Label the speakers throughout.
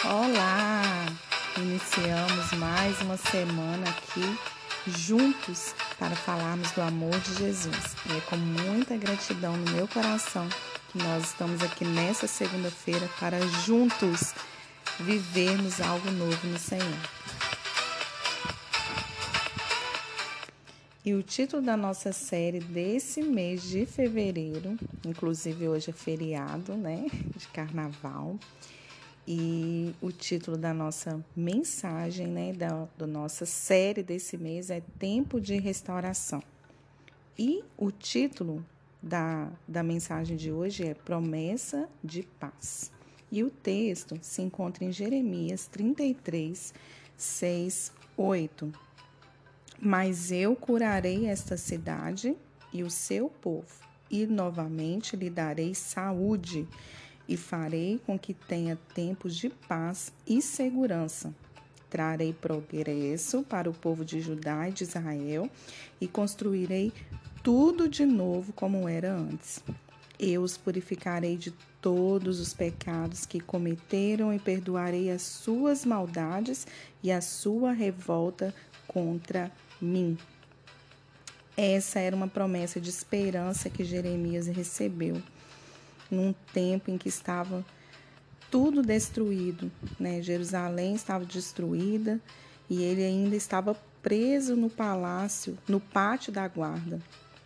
Speaker 1: Olá! Iniciamos mais uma semana aqui juntos para falarmos do amor de Jesus. E é com muita gratidão no meu coração que nós estamos aqui nessa segunda-feira para juntos vivermos algo novo no Senhor. E o título da nossa série desse mês de fevereiro, inclusive hoje é feriado, né, de carnaval, e o título da nossa mensagem, né, da nossa série desse mês é Tempo de Restauração. E o título da mensagem de hoje é Promessa de Paz. E o texto se encontra em Jeremias 33, 6, 8. Mas eu curarei esta cidade e o seu povo, e novamente lhe darei saúde, e farei com que tenha tempos de paz e segurança. Trarei progresso para o povo de Judá e de Israel, e construirei tudo de novo como era antes. Eu os purificarei de todos os pecados que cometeram e perdoarei as suas maldades e a sua revolta contra mim. Essa era uma promessa de esperança que Jeremias recebeu num tempo em que estava tudo destruído, né? Jerusalém estava destruída e ele ainda estava preso no palácio, no pátio da guarda.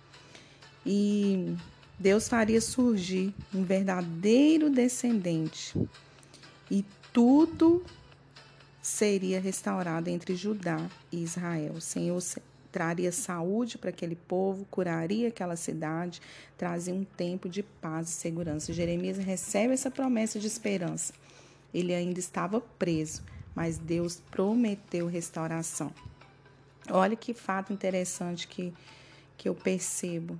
Speaker 1: E Deus faria surgir um verdadeiro descendente e tudo seria restaurado entre Judá e Israel. O Senhor traria saúde para aquele povo, curaria aquela cidade, trazia um tempo de paz e segurança. Jeremias recebe essa promessa de esperança. Ele ainda estava preso, mas Deus prometeu restauração. Olha que fato interessante que eu percebo.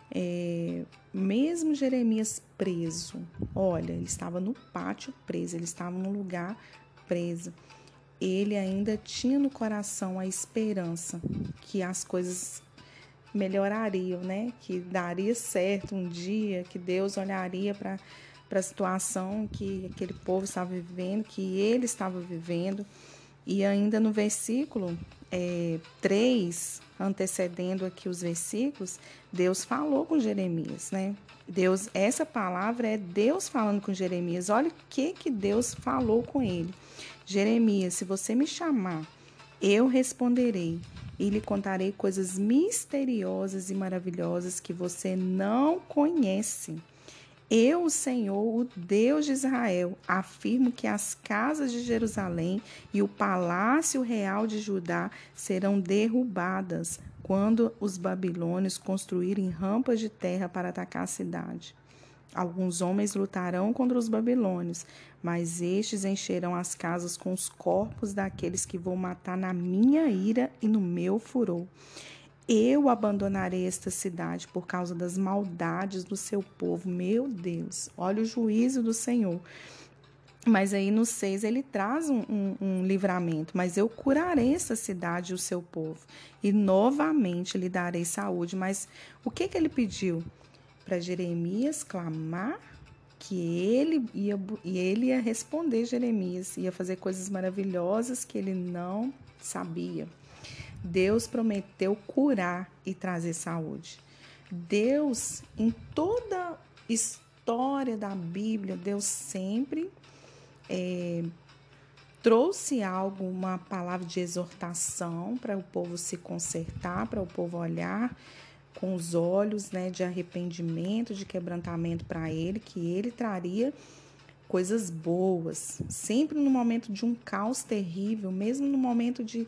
Speaker 1: Mesmo Jeremias preso, olha, ele estava no pátio preso, ele estava num lugar preso. Ele ainda tinha no coração a esperança que as coisas melhorariam, né? Que daria certo um dia, que Deus olharia para a situação que aquele povo estava vivendo, que ele estava vivendo. E ainda no versículo 3, antecedendo aqui os versículos, Deus falou com Jeremias, né? Essa palavra é Deus falando com Jeremias. Olha o que Deus falou com ele. Jeremias, se você me chamar, eu responderei e lhe contarei coisas misteriosas e maravilhosas que você não conhece. Eu, o Senhor, o Deus de Israel, afirmo que as casas de Jerusalém e o palácio real de Judá serão derrubadas quando os babilônios construírem rampas de terra para atacar a cidade. Alguns homens lutarão contra os babilônios, mas estes encherão as casas com os corpos daqueles que vou matar na minha ira e no meu furor. Eu abandonarei esta cidade por causa das maldades do seu povo. Meu Deus, olha o juízo do Senhor. Mas aí no 6 ele traz um livramento. Mas eu curarei essa cidade e o seu povo. E novamente lhe darei saúde. Mas o que ele pediu? Para Jeremias clamar que ele ia responder Jeremias. Ia fazer coisas maravilhosas que ele não sabia. Deus prometeu curar e trazer saúde. Deus, em toda história da Bíblia, Deus sempre trouxe algo, uma palavra de exortação para o povo se consertar, para o povo olhar com os olhos, né, de arrependimento, de quebrantamento para ele, que ele traria coisas boas. Sempre no momento de um caos terrível, mesmo no momento de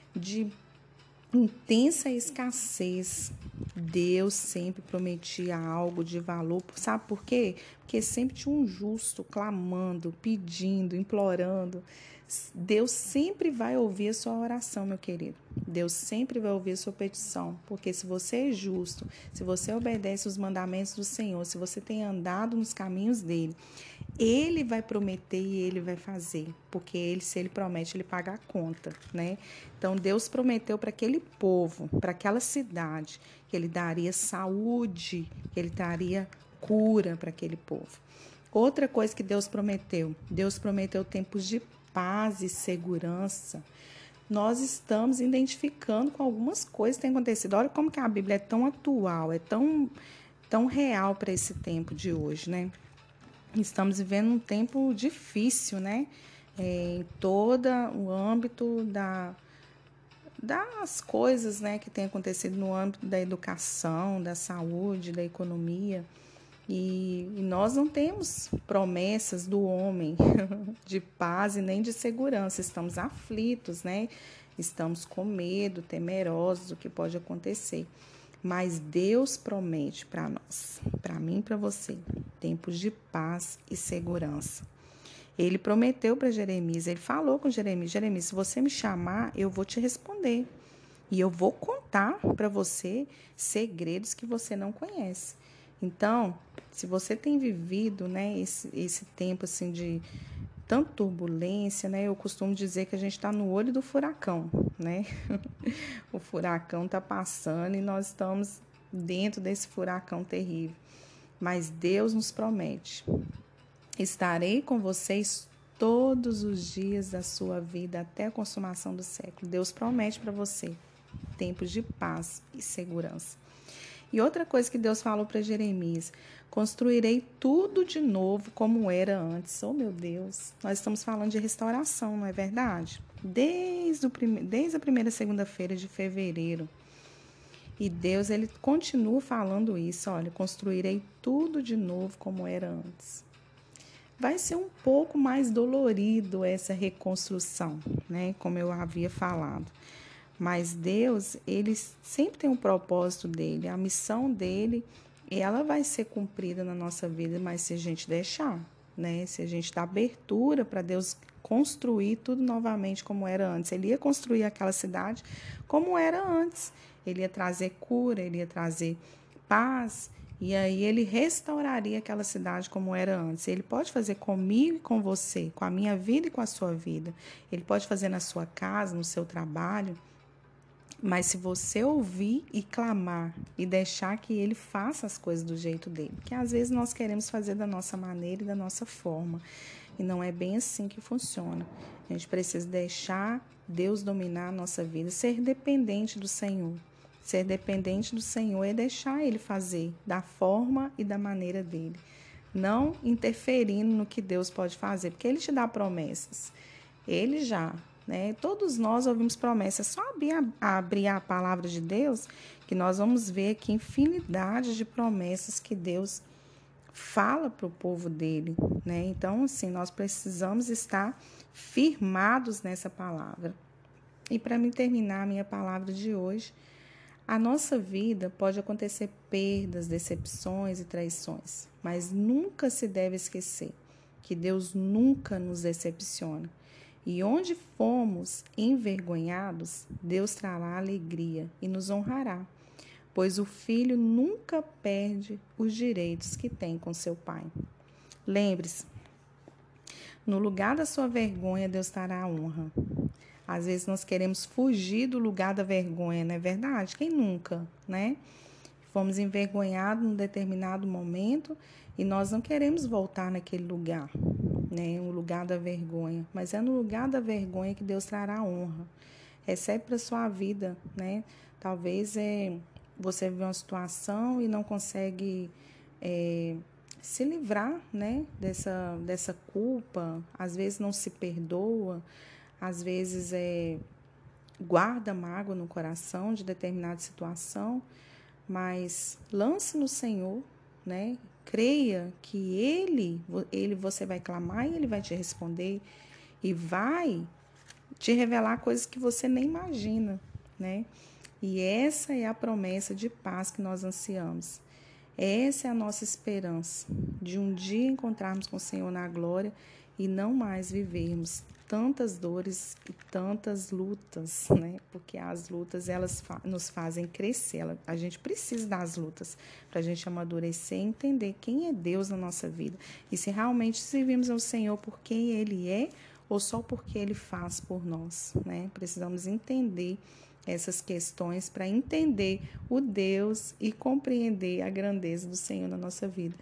Speaker 1: intensa escassez, Deus sempre prometia algo de valor. Sabe por quê? Porque sempre tinha um justo clamando, pedindo, implorando. Deus sempre vai ouvir a sua oração, meu querido. Deus sempre vai ouvir a sua petição. Porque se você é justo, se você obedece os mandamentos do Senhor, se você tem andado nos caminhos dele, ele vai prometer e ele vai fazer, porque se ele promete, ele paga a conta, né? Então, Deus prometeu para aquele povo, para aquela cidade, que ele daria saúde, que ele daria cura para aquele povo. Outra coisa que Deus prometeu tempos de paz e segurança. Nós estamos identificando com algumas coisas que têm acontecido. Olha como que a Bíblia é tão atual, é tão real para esse tempo de hoje, né? Estamos vivendo um tempo difícil, né? Em todo o âmbito das coisas, né, que tem acontecido no âmbito da educação, da saúde, da economia. E nós não temos promessas do homem de paz e nem de segurança. Estamos aflitos, né? Estamos com medo, temerosos do que pode acontecer. Mas Deus promete para nós, para mim e para você, tempos de paz e segurança. Ele prometeu para Jeremias, ele falou com Jeremias: Jeremias, se você me chamar, eu vou te responder. E eu vou contar para você segredos que você não conhece. Então, se você tem vivido, né, esse tempo assim de tanta turbulência, né, eu costumo dizer que a gente está no olho do furacão, né? O furacão está passando e nós estamos dentro desse furacão terrível. Mas Deus nos promete: estarei com vocês todos os dias da sua vida até a consumação do século. Deus promete para você tempos de paz e segurança. E outra coisa que Deus falou para Jeremias: construirei tudo de novo como era antes. Oh, meu Deus, nós estamos falando de restauração, não é verdade? Desde a primeira segunda-feira de fevereiro. E Deus, ele continua falando isso: olha, construirei tudo de novo como era antes. Vai ser um pouco mais dolorido essa reconstrução, né? Como eu havia falado. Mas Deus, ele sempre tem um propósito dele, a missão dele, e ela vai ser cumprida na nossa vida, mas se a gente deixar, né? Se a gente dar abertura para Deus construir tudo novamente como era antes. Ele ia construir aquela cidade como era antes. Ele ia trazer cura, ele ia trazer paz, e aí ele restauraria aquela cidade como era antes. Ele pode fazer comigo e com você, com a minha vida e com a sua vida. Ele pode fazer na sua casa, no seu trabalho. Mas se você ouvir e clamar e deixar que ele faça as coisas do jeito dele, porque às vezes nós queremos fazer da nossa maneira e da nossa forma, e não é bem assim que funciona. A gente precisa deixar Deus dominar a nossa vida, ser dependente do Senhor. Ser dependente do Senhor é deixar ele fazer da forma e da maneira dele, não interferindo no que Deus pode fazer, porque ele te dá promessas. Ele já, né? Todos nós ouvimos promessas. É só abrir a palavra de Deus que nós vamos ver aqui infinidade de promessas que Deus fala para o povo dele, né? Então, assim, nós precisamos estar firmados nessa palavra. E para me terminar a minha palavra de hoje, a nossa vida pode acontecer perdas, decepções e traições, mas nunca se deve esquecer que Deus nunca nos decepciona. E onde fomos envergonhados, Deus trará alegria e nos honrará, pois o filho nunca perde os direitos que tem com seu pai. Lembre-se, no lugar da sua vergonha, Deus trará a honra. Às vezes nós queremos fugir do lugar da vergonha, não é verdade? Quem nunca, né? Fomos envergonhados num determinado momento e nós não queremos voltar naquele lugar, né? O lugar da vergonha. Mas é no lugar da vergonha que Deus trará honra. Recebe para a sua vida, né? Talvez você vive uma situação e não consegue se livrar, né? Dessa culpa. Às vezes não se perdoa. Às vezes guarda mágoa no coração de determinada situação, mas lance no Senhor, né? Creia que ele você vai clamar e ele vai te responder e vai te revelar coisas que você nem imagina, né? E essa é a promessa de paz que nós ansiamos. Essa é a nossa esperança de um dia encontrarmos com o Senhor na glória e não mais vivermos tantas dores e tantas lutas, né? Porque as lutas, elas nos fazem crescer. A gente precisa das lutas para a gente amadurecer e entender quem é Deus na nossa vida. E se realmente servimos ao Senhor por quem Ele é ou só porque Ele faz por nós, né? Precisamos entender essas questões para entender o Deus e compreender a grandeza do Senhor na nossa vida.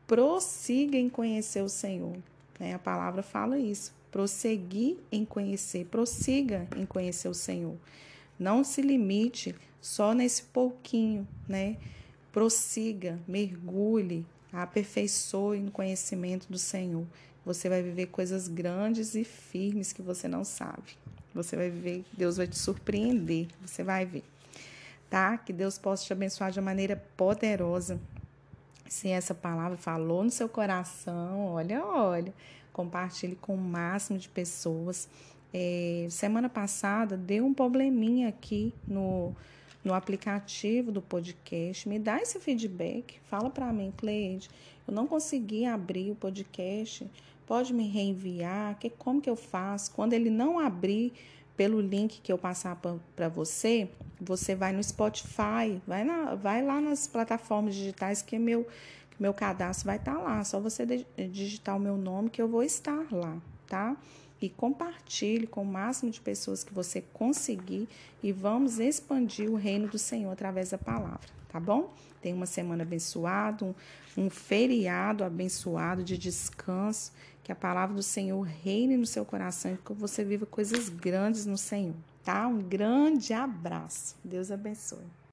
Speaker 1: prossiga em conhecer o Senhor. Né? A palavra fala isso. Prosseguir em conhecer, prossiga em conhecer o Senhor. Não se limite só nesse pouquinho, né? Prossiga, mergulhe, aperfeiçoe no conhecimento do Senhor. Você vai viver coisas grandes e firmes que você não sabe. Você vai viver, Deus vai te surpreender, você vai ver. Tá? Que Deus possa te abençoar de uma maneira poderosa. Se essa palavra falou no seu coração, olha, compartilhe com o máximo de pessoas. Semana passada deu um probleminha aqui no aplicativo do podcast. Me dá esse feedback, fala para mim, Cleide, eu não consegui abrir o podcast, pode me reenviar, como que eu faço? Quando ele não abrir pelo link que eu passar para você, você vai no Spotify, vai lá nas plataformas digitais que meu cadastro vai estar lá. Só você digitar o meu nome que eu vou estar lá, tá? E compartilhe com o máximo de pessoas que você conseguir e vamos expandir o reino do Senhor através da palavra, tá bom? Tenha uma semana abençoada, um feriado abençoado de descanso, que a palavra do Senhor reine no seu coração e que você viva coisas grandes no Senhor, tá? Um grande abraço. Deus abençoe.